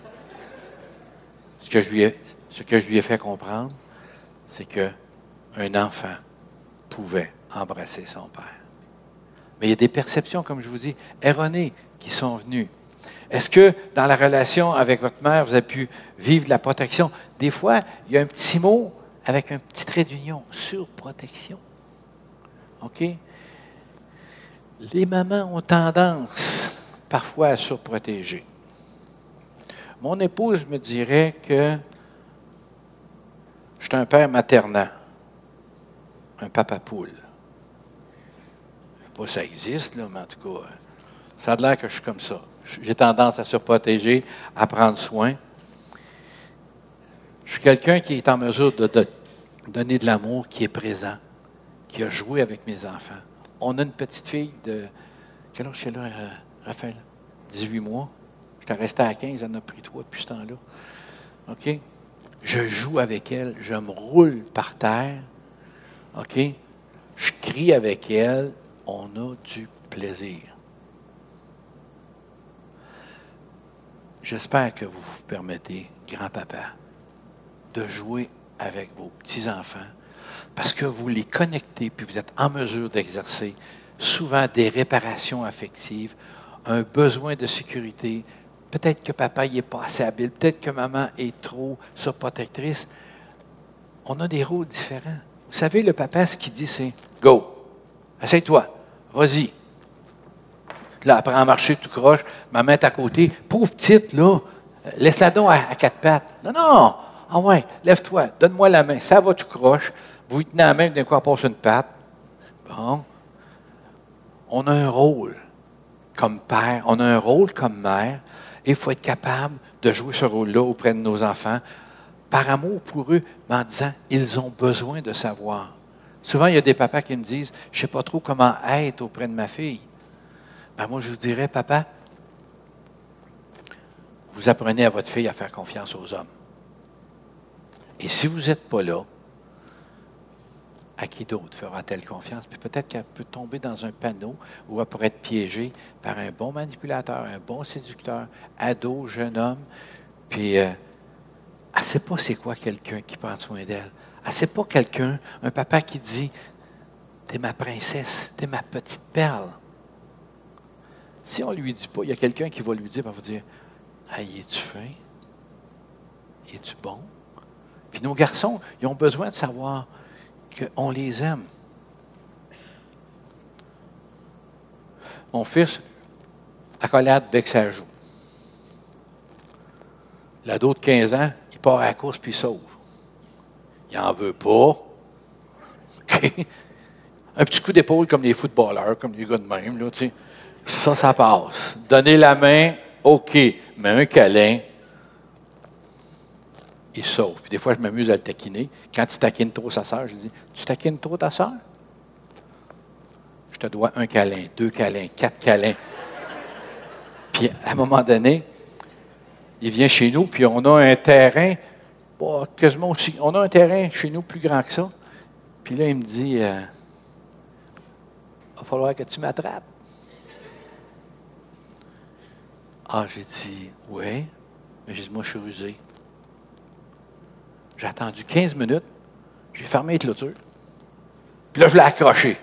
Ce que je lui ai, ce que je lui ai fait comprendre, c'est qu'un enfant pouvait embrasser son père. Mais il y a des perceptions, comme je vous dis, erronées qui sont venues. Est-ce que dans la relation avec votre mère, vous avez pu vivre de la protection? Des fois, il y a un petit mot avec un petit trait d'union, surprotection. OK? Les mamans ont tendance parfois à surprotéger. Mon épouse me dirait que je suis un père maternant, un papa poule. Je ne sais pas si ça existe, là, mais en tout cas, ça a l'air que je suis comme ça. J'ai tendance à surprotéger, à prendre soin. Je suis quelqu'un qui est en mesure de, de donner de l'amour, qui est présent, qui a joué avec mes enfants. On a une petite fille de... Quel âge est là, Raphaël? dix-huit mois. J'étais resté à quinze, elle en a pris trois depuis ce temps-là. OK? Je joue avec elle, je me roule par terre. OK? Je crie avec elle. On a du plaisir. J'espère que vous vous permettez, grand-papa, de jouer avec vos petits-enfants parce que vous les connectez puis vous êtes en mesure d'exercer souvent des réparations affectives, un besoin de sécurité. Peut-être que papa n'est pas assez habile, peut-être que maman est trop surprotectrice. On a des rôles différents. Vous savez, le papa, ce qu'il dit, c'est « Go, essaye-toi, vas-y ». Là, apprends à marcher, tout croche, maman est à côté. Pauvre petite, là, laisse-la donc à, à quatre pattes. Non, non, ah ouais, lève-toi, donne-moi la main, ça va, tout croche. Vous lui tenez la main, d'un coup, elle passe une patte. Bon. On a un rôle comme père, on a un rôle comme mère, et il faut être capable de jouer ce rôle-là auprès de nos enfants, par amour pour eux, mais en disant, ils ont besoin de savoir. Souvent, il y a des papas qui me disent, je ne sais pas trop comment être auprès de ma fille. Ben moi, je vous dirais, papa, vous apprenez à votre fille à faire confiance aux hommes. Et si vous n'êtes pas là, à qui d'autre fera-t-elle confiance? Puis peut-être qu'elle peut tomber dans un panneau où elle pourrait être piégée par un bon manipulateur, un bon séducteur, ado, jeune homme. Puis euh, elle ne sait pas c'est quoi quelqu'un qui prend soin d'elle. Elle ne sait pas quelqu'un, un papa qui dit « T'es ma princesse, t'es ma petite perle ». Si on ne lui dit pas, il y a quelqu'un qui va lui dire, il va dire « Hey, es-tu fin? Es-tu bon? » Puis nos garçons, ils ont besoin de savoir qu'on les aime. Mon fils, accolade bec sa joue. L'ado de quinze ans, il part à la course puis il sauve. Il n'en veut pas. Okay. Un petit coup d'épaule comme les footballeurs, comme les gars de même, là, tu sais. Ça, ça passe. Donner la main, OK. Mais un câlin, il sauve. Puis des fois, je m'amuse à le taquiner. Quand il taquine trop sa sœur, je dis, tu taquines trop ta sœur? Je te dois un câlin, deux câlins, quatre câlins. Puis à un moment donné, il vient chez nous, puis on a un terrain, bon, quasiment aussi, on a un terrain chez nous plus grand que ça. Puis là, il me dit, il euh, va falloir que tu m'attrapes. Ah, j'ai dit, oui. Mais j'ai dit, moi, je suis rusé. J'ai attendu quinze minutes, j'ai fermé les clôtures, puis là, je l'ai accroché.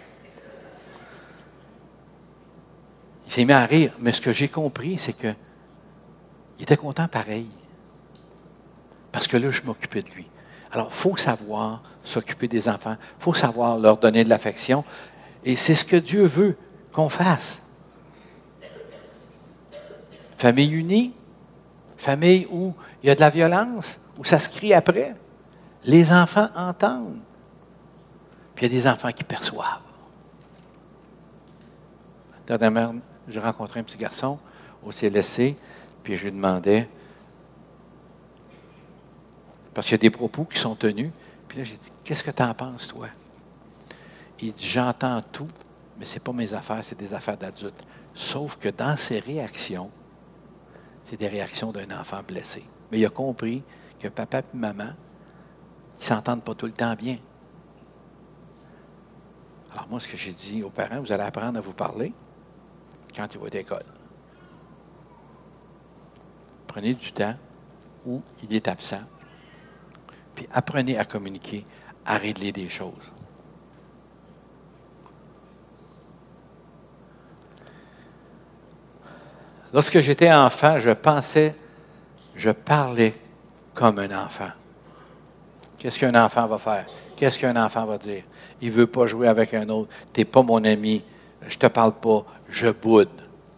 Il s'est mis à rire, mais ce que j'ai compris, c'est que il était content pareil. Parce que là, je m'occupais de lui. Alors, il faut savoir s'occuper des enfants, il faut savoir leur donner de l'affection, et c'est ce que Dieu veut qu'on fasse. Famille unie, famille où il y a de la violence, où ça se crie après. Les enfants entendent. Puis il y a des enfants qui perçoivent. Dernièrement, j'ai rencontré un petit garçon au C L S C, puis je lui demandais, parce qu'il y a des propos qui sont tenus, puis là j'ai dit, qu'est-ce que tu en penses, toi? Il dit, j'entends tout, mais ce n'est pas mes affaires, c'est des affaires d'adultes. Sauf que dans ses réactions, c'est des réactions d'un enfant blessé. Mais il a compris que papa et maman, ils ne s'entendent pas tout le temps bien. Alors moi, ce que j'ai dit aux parents, vous allez apprendre à vous parler quand il va être à l'école. Prenez du temps où il est absent, puis apprenez à communiquer, à régler des choses. Lorsque j'étais enfant, je pensais, je parlais comme un enfant. Qu'est-ce qu'un enfant va faire? Qu'est-ce qu'un enfant va dire? Il ne veut pas jouer avec un autre. Tu n'es pas mon ami. Je ne te parle pas. Je boude.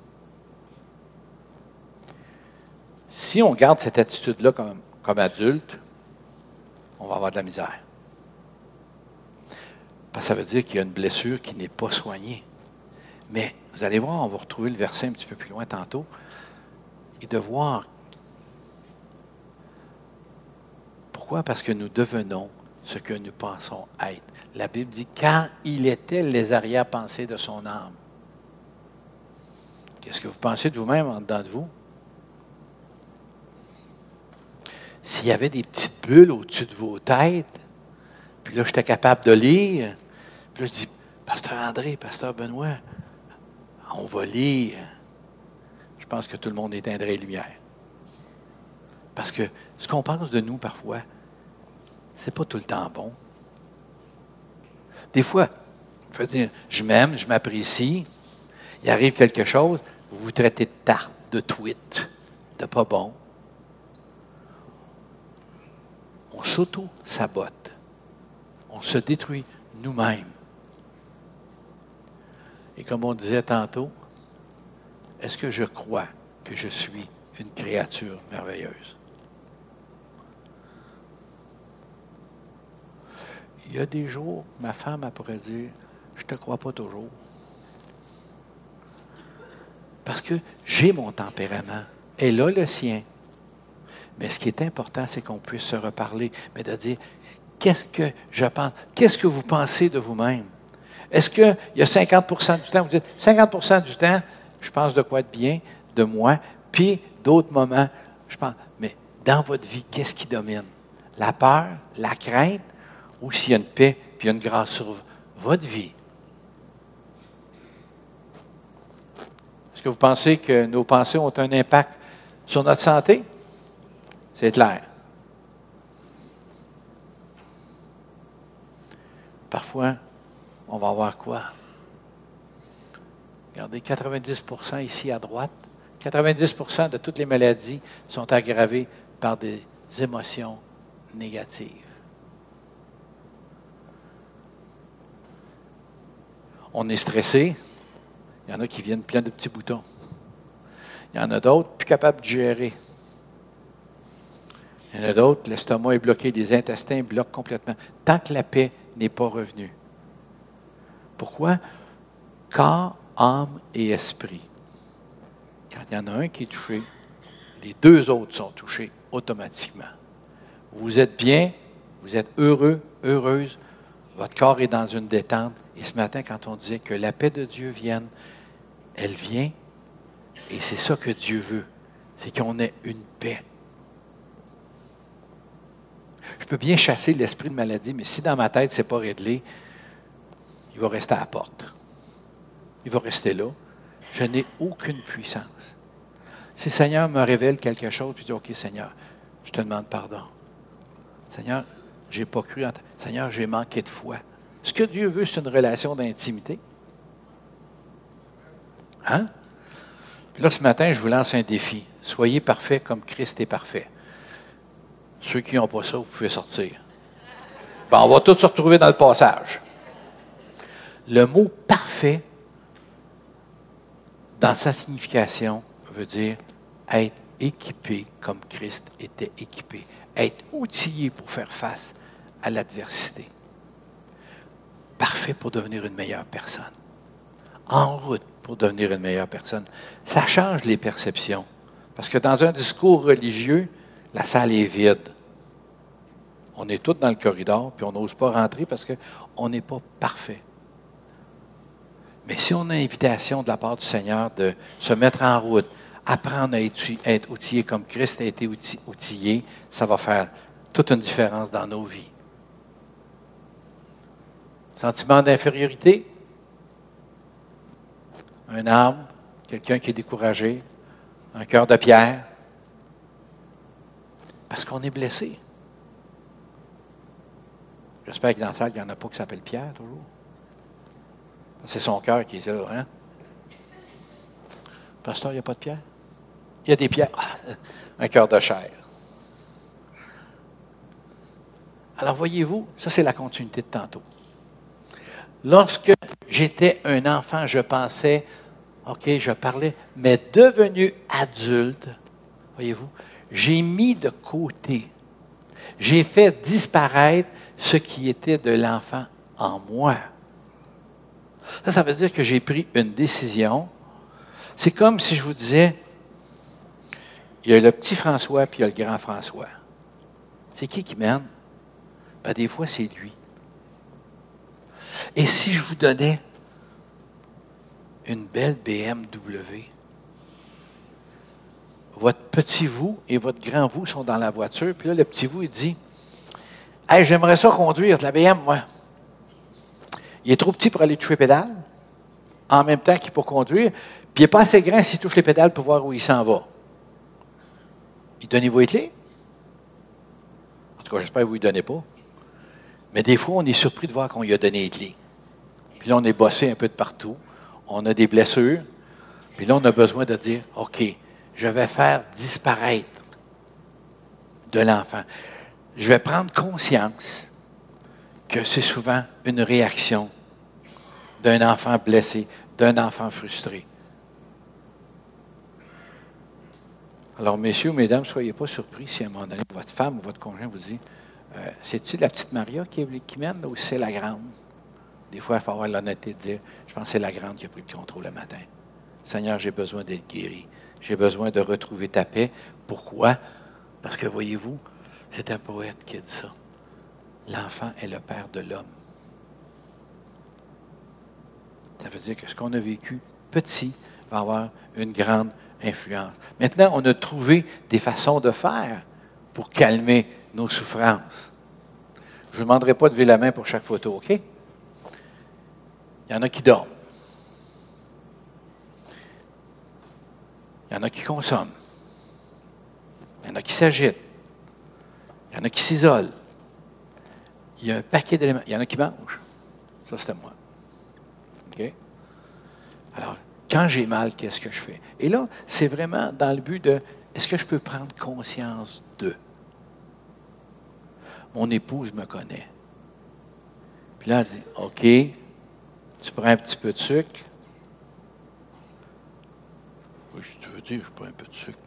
Si on garde cette attitude-là comme, comme adulte, on va avoir de la misère. Parce que ça veut dire qu'il y a une blessure qui n'est pas soignée. Mais vous allez voir, on va retrouver le verset un petit peu plus loin tantôt, et de voir. Pourquoi? Parce que nous devenons ce que nous pensons être. La Bible dit, car il était les arrière-pensées de son âme. Qu'est-ce que vous pensez de vous-même en dedans de vous? S'il y avait des petites bulles au-dessus de vos têtes, puis là, j'étais capable de lire, puis là, je dis, Pasteur André, Pasteur Benoît, on va lire. Je pense que tout le monde éteindrait les lumières. Parce que ce qu'on pense de nous, parfois, c'est pas tout le temps bon. Des fois, je veux dire, je m'aime, je m'apprécie, il arrive quelque chose, vous vous traitez de tarte, de tweet, de pas bon. On s'auto-sabote. On se détruit nous-mêmes. Et comme on disait tantôt, est-ce que je crois que je suis une créature merveilleuse? Il y a des jours, ma femme elle pourrait dire, je ne te crois pas toujours. Parce que j'ai mon tempérament. Elle a le sien. Mais ce qui est important, c'est qu'on puisse se reparler, mais de dire, qu'est-ce que je pense? Qu'est-ce que vous pensez de vous-même? Est-ce qu'il y a cinquante pour cent du temps, vous dites, cinquante pour cent du temps, je pense de quoi de bien, de moi, puis d'autres moments, je pense, mais dans votre vie, qu'est-ce qui domine? La peur, la crainte, ou s'il y a une paix, puis il y a une grâce sur votre vie? Est-ce que vous pensez que nos pensées ont un impact sur notre santé? C'est clair. Parfois, on va avoir quoi? Regardez, quatre-vingt-dix pour cent ici à droite, quatre-vingt-dix pour cent de toutes les maladies sont aggravées par des émotions négatives. On est stressé. Il y en a qui viennent plein de petits boutons. Il y en a d'autres plus capables de gérer. Il y en a d'autres, l'estomac est bloqué, les intestins bloquent complètement, tant que la paix n'est pas revenue. Pourquoi? Corps, âme et esprit. Quand il y en a un qui est touché, les deux autres sont touchés automatiquement. Vous êtes bien, vous êtes heureux, heureuse, votre corps est dans une détente. Et ce matin, quand on disait que la paix de Dieu vienne, elle vient, et c'est ça que Dieu veut, c'est qu'on ait une paix. Je peux bien chasser l'esprit de maladie, mais si dans ma tête, ce n'est pas réglé, il va rester à la porte. Il va rester là. Je n'ai aucune puissance. Si le Seigneur me révèle quelque chose, puis je dis, OK, Seigneur, je te demande pardon. Seigneur, je n'ai pas cru en ta... Seigneur, j'ai manqué de foi. Ce que Dieu veut, c'est une relation d'intimité. Hein? Puis là, ce matin, je vous lance un défi. Soyez parfaits comme Christ est parfait. Ceux qui n'ont pas ça, vous pouvez sortir. Ben, on va tous se retrouver dans le passage. Le mot « parfait », dans sa signification, veut dire être équipé comme Christ était équipé. Être outillé pour faire face à l'adversité. Parfait pour devenir une meilleure personne. En route pour devenir une meilleure personne. Ça change les perceptions. Parce que dans un discours religieux, la salle est vide. On est tous dans le corridor, puis on n'ose pas rentrer parce qu'on n'est pas parfait. Mais si on a une invitation de la part du Seigneur de se mettre en route, apprendre à être outillé comme Christ a été outillé, ça va faire toute une différence dans nos vies. Sentiment d'infériorité, un arbre, quelqu'un qui est découragé, un cœur de pierre, parce qu'on est blessé. J'espère que dans la salle, il n'y en a pas qui s'appelle Pierre, toujours. C'est son cœur qui est là, hein? Pasteur, il n'y a pas de pierre? Il y a des pierres. Un cœur de chair. Alors, voyez-vous, ça, c'est la continuité de tantôt. Lorsque j'étais un enfant, je pensais, OK, je parlais, mais devenu adulte, voyez-vous, j'ai mis de côté, j'ai fait disparaître ce qui était de l'enfant en moi. Ça, ça veut dire que j'ai pris une décision. C'est comme si je vous disais, il y a le petit François puis il y a le grand François. C'est qui qui mène? Ben, des fois, c'est lui. Et si je vous donnais une belle B M W, votre petit vous et votre grand vous sont dans la voiture, puis là, le petit vous, il dit « Hey, j'aimerais ça conduire de la B M, moi. » Il est trop petit pour aller toucher les pédales, en même temps qu'il peut conduire, puis il n'est pas assez grand s'il touche les pédales pour voir où il s'en va. Il donnez-vous les clés? En tout cas, j'espère que vous ne lui donnez pas. Mais des fois, on est surpris de voir qu'on lui a donné les clés. Puis là, on est bossé un peu de partout. On a des blessures. Puis là, on a besoin de dire, OK, je vais faire disparaître de l'enfant. Je vais prendre conscience que c'est souvent une réaction d'un enfant blessé, d'un enfant frustré. Alors, messieurs, mesdames, ne soyez pas surpris si à un moment donné, votre femme ou votre conjoint vous dit, euh, c'est-tu la petite Maria qui, qui mène ou c'est la grande? Des fois, il faut avoir l'honnêteté de dire, je pense que c'est la grande qui a pris le contrôle le matin. Seigneur, j'ai besoin d'être guéri. J'ai besoin de retrouver ta paix. Pourquoi? Parce que, voyez-vous, c'est un poète qui a dit ça. L'enfant est le père de l'homme. Ça veut dire que ce qu'on a vécu petit va avoir une grande influence. Maintenant, on a trouvé des façons de faire pour calmer nos souffrances. Je ne vous demanderai pas de lever la main pour chaque photo, OK? Il y en a qui dorment. Il y en a qui consomment. Il y en a qui s'agitent. Il y en a qui s'isolent. Il y a un paquet d'éléments. Il y en a qui mangent. Ça, c'était moi. OK? Alors, quand j'ai mal, qu'est-ce que je fais? Et là, c'est vraiment dans le but de, est-ce que je peux prendre conscience de? Mon épouse me connaît. Puis là, elle dit, OK, tu prends un petit peu de sucre. Oui, si tu veux dire, je prends un peu de sucre.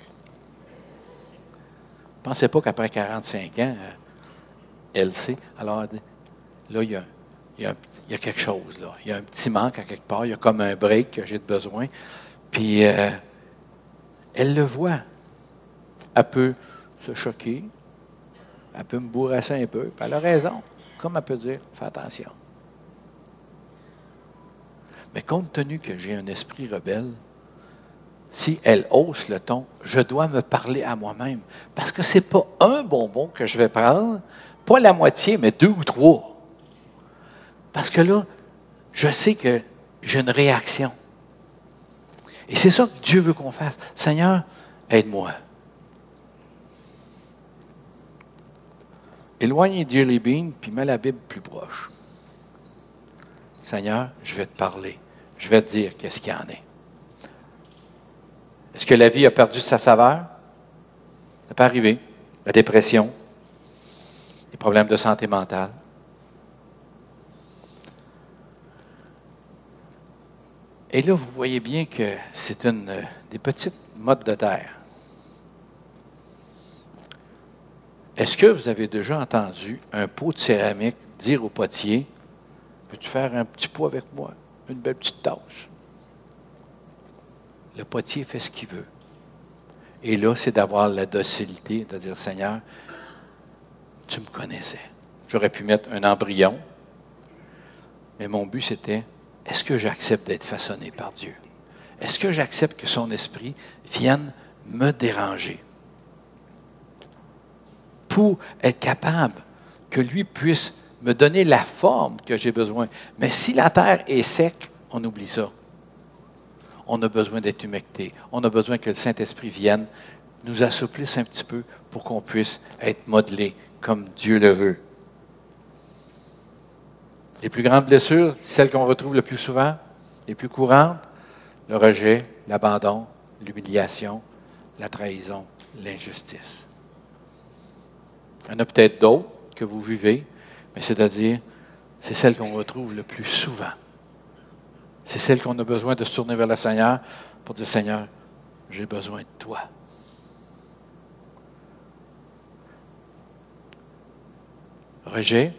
Ne pensez pas qu'après quarante-cinq ans, elle sait. Alors, là, il y a, il y a, il y a quelque chose, là. Il y a un petit manque à quelque part. Il y a comme un break que j'ai besoin. Puis, euh, elle le voit. Elle peut se choquer. Elle peut me bourrasser un peu. Puis elle a raison. Comme elle peut dire, fais attention. Mais compte tenu que j'ai un esprit rebelle, si elle hausse le ton, je dois me parler à moi-même. Parce que ce n'est pas un bonbon que je vais prendre, pas la moitié, mais deux ou trois. Parce que là, je sais que j'ai une réaction. Et c'est ça que Dieu veut qu'on fasse. Seigneur, aide-moi. Éloignez Jelly Bean, puis mets la Bible plus proche. Seigneur, je vais te parler. Je vais te dire qu'est-ce qu'il y en est. Est-ce que la vie a perdu de sa saveur? Ça peut arriver. La dépression, les problèmes de santé mentale. Et là, vous voyez bien que c'est une euh, des petites mottes de terre. Est-ce que vous avez déjà entendu un pot de céramique dire au potier, « Peux-tu faire un petit pot avec moi? Une belle petite tasse? » Le potier fait ce qu'il veut. Et là, c'est d'avoir la docilité, de dire, « Seigneur, tu me connaissais. » J'aurais pu mettre un embryon, mais mon but, c'était, est-ce que j'accepte d'être façonné par Dieu? Est-ce que j'accepte que son esprit vienne me déranger? Pour être capable que lui puisse me donner la forme que j'ai besoin. Mais si la terre est sec, on oublie ça. On a besoin d'être humecté. On a besoin que le Saint-Esprit vienne, nous assouplisse un petit peu pour qu'on puisse être modelé comme Dieu le veut. Les plus grandes blessures, celles qu'on retrouve le plus souvent, les plus courantes, le rejet, l'abandon, l'humiliation, la trahison, l'injustice. Il y en a peut-être d'autres que vous vivez, mais c'est-à-dire, c'est celle qu'on retrouve le plus souvent. C'est celle qu'on a besoin de se tourner vers le Seigneur pour dire, Seigneur, j'ai besoin de toi. Rejet.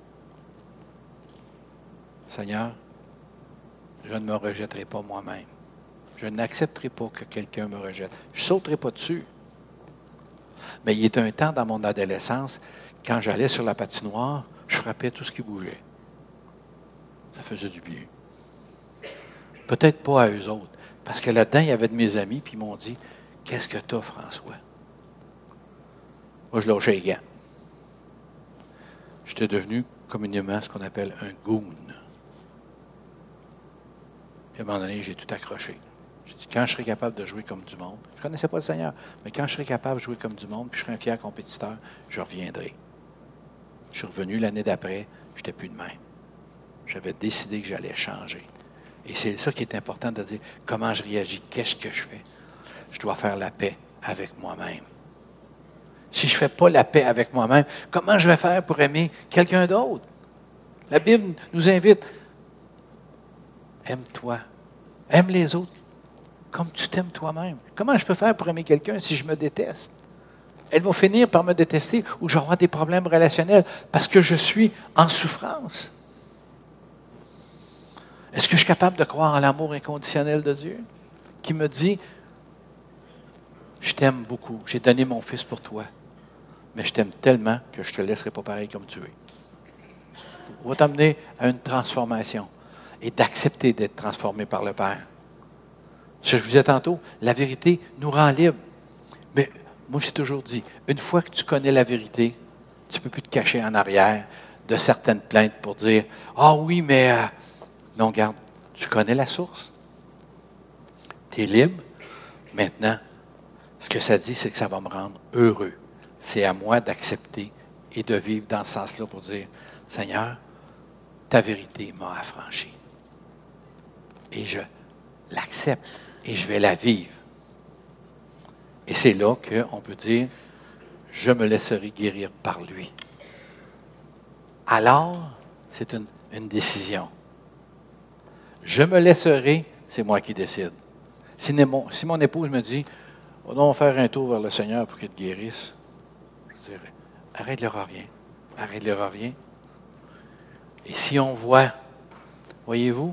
Seigneur, je ne me rejetterai pas moi-même. Je n'accepterai pas que quelqu'un me rejette. Je ne sauterai pas dessus. Mais il y a un temps dans mon adolescence, quand j'allais sur la patinoire, je frappais tout ce qui bougeait. Ça faisait du bien. Peut-être pas à eux autres. Parce que là-dedans, il y avait de mes amis, puis ils m'ont dit, « Qu'est-ce que tu as, François? » Moi, je lâchais les gants. J'étais devenu communément ce qu'on appelle un goon. Puis à un moment donné, j'ai tout accroché. J'ai dit, quand je serai capable de jouer comme du monde, je ne connaissais pas le Seigneur, mais quand je serai capable de jouer comme du monde, puis je serai un fier compétiteur, je reviendrai. Je suis revenu l'année d'après, je n'étais plus de même. J'avais décidé que j'allais changer. Et c'est ça qui est important de dire, comment je réagis, qu'est-ce que je fais? Je dois faire la paix avec moi-même. Si je ne fais pas la paix avec moi-même, comment je vais faire pour aimer quelqu'un d'autre? La Bible nous invite, aime-toi, aime les autres comme tu t'aimes toi-même. Comment je peux faire pour aimer quelqu'un si je me déteste? Elle va finir par me détester ou je vais avoir des problèmes relationnels parce que je suis en souffrance. Est-ce que je suis capable de croire en l'amour inconditionnel de Dieu qui me dit, je t'aime beaucoup, j'ai donné mon fils pour toi, mais je t'aime tellement que je ne te laisserai pas pareil comme tu es. On va t'amener à une transformation et d'accepter d'être transformé par le Père. Ce que je vous disais tantôt, la vérité nous rend libres. Mais moi, j'ai toujours dit, une fois que tu connais la vérité, tu ne peux plus te cacher en arrière de certaines plaintes pour dire, « Ah oui, mais... Euh, non, regarde, tu connais la source. Tu es libre. Maintenant, ce que ça dit, c'est que ça va me rendre heureux. C'est à moi d'accepter et de vivre dans ce sens-là pour dire, « Seigneur, ta vérité m'a affranchi. Et je l'accepte et je vais la vivre. » Et c'est là qu'on peut dire, « Je me laisserai guérir par lui. » Alors, c'est une, une décision. Je me laisserai, c'est moi qui décide. Si mon, si mon épouse me dit, « On va faire un tour vers le Seigneur pour qu'il te guérisse. » Je dirais, « Arrête le rien. Arrête le rien. » Et si on voit, voyez-vous,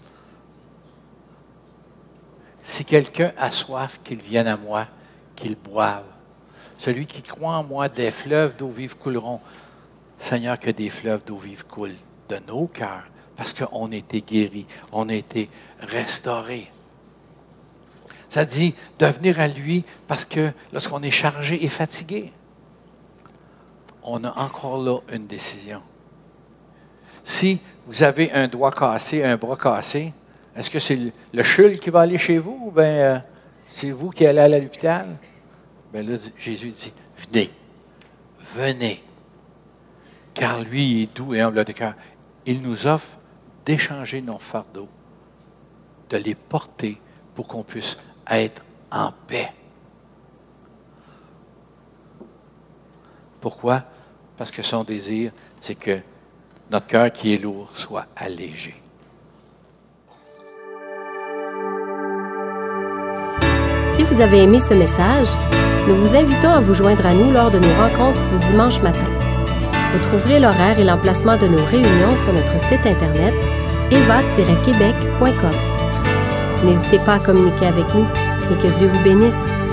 si quelqu'un a soif, qu'il vienne à moi, qu'il boive. Celui qui croit en moi, des fleuves d'eau vive couleront. Seigneur, que des fleuves d'eau vive coulent de nos cœurs, parce qu'on a été guéris, on a été restaurés. Ça dit de venir à lui parce que lorsqu'on est chargé et fatigué, on a encore là une décision. Si vous avez un doigt cassé, un bras cassé, est-ce que c'est le chul qui va aller chez vous ou bien euh, c'est vous qui allez à l'hôpital? Bien là, Jésus dit, venez, venez, car lui il est doux et humble de cœur. Il nous offre d'échanger nos fardeaux, de les porter pour qu'on puisse être en paix. Pourquoi? Parce que son désir, c'est que notre cœur qui est lourd soit allégé. Si vous avez aimé ce message, nous vous invitons à vous joindre à nous lors de nos rencontres du dimanche matin. Vous trouverez l'horaire et l'emplacement de nos réunions sur notre site internet eva tiret québec point com. N'hésitez pas à communiquer avec nous et que Dieu vous bénisse.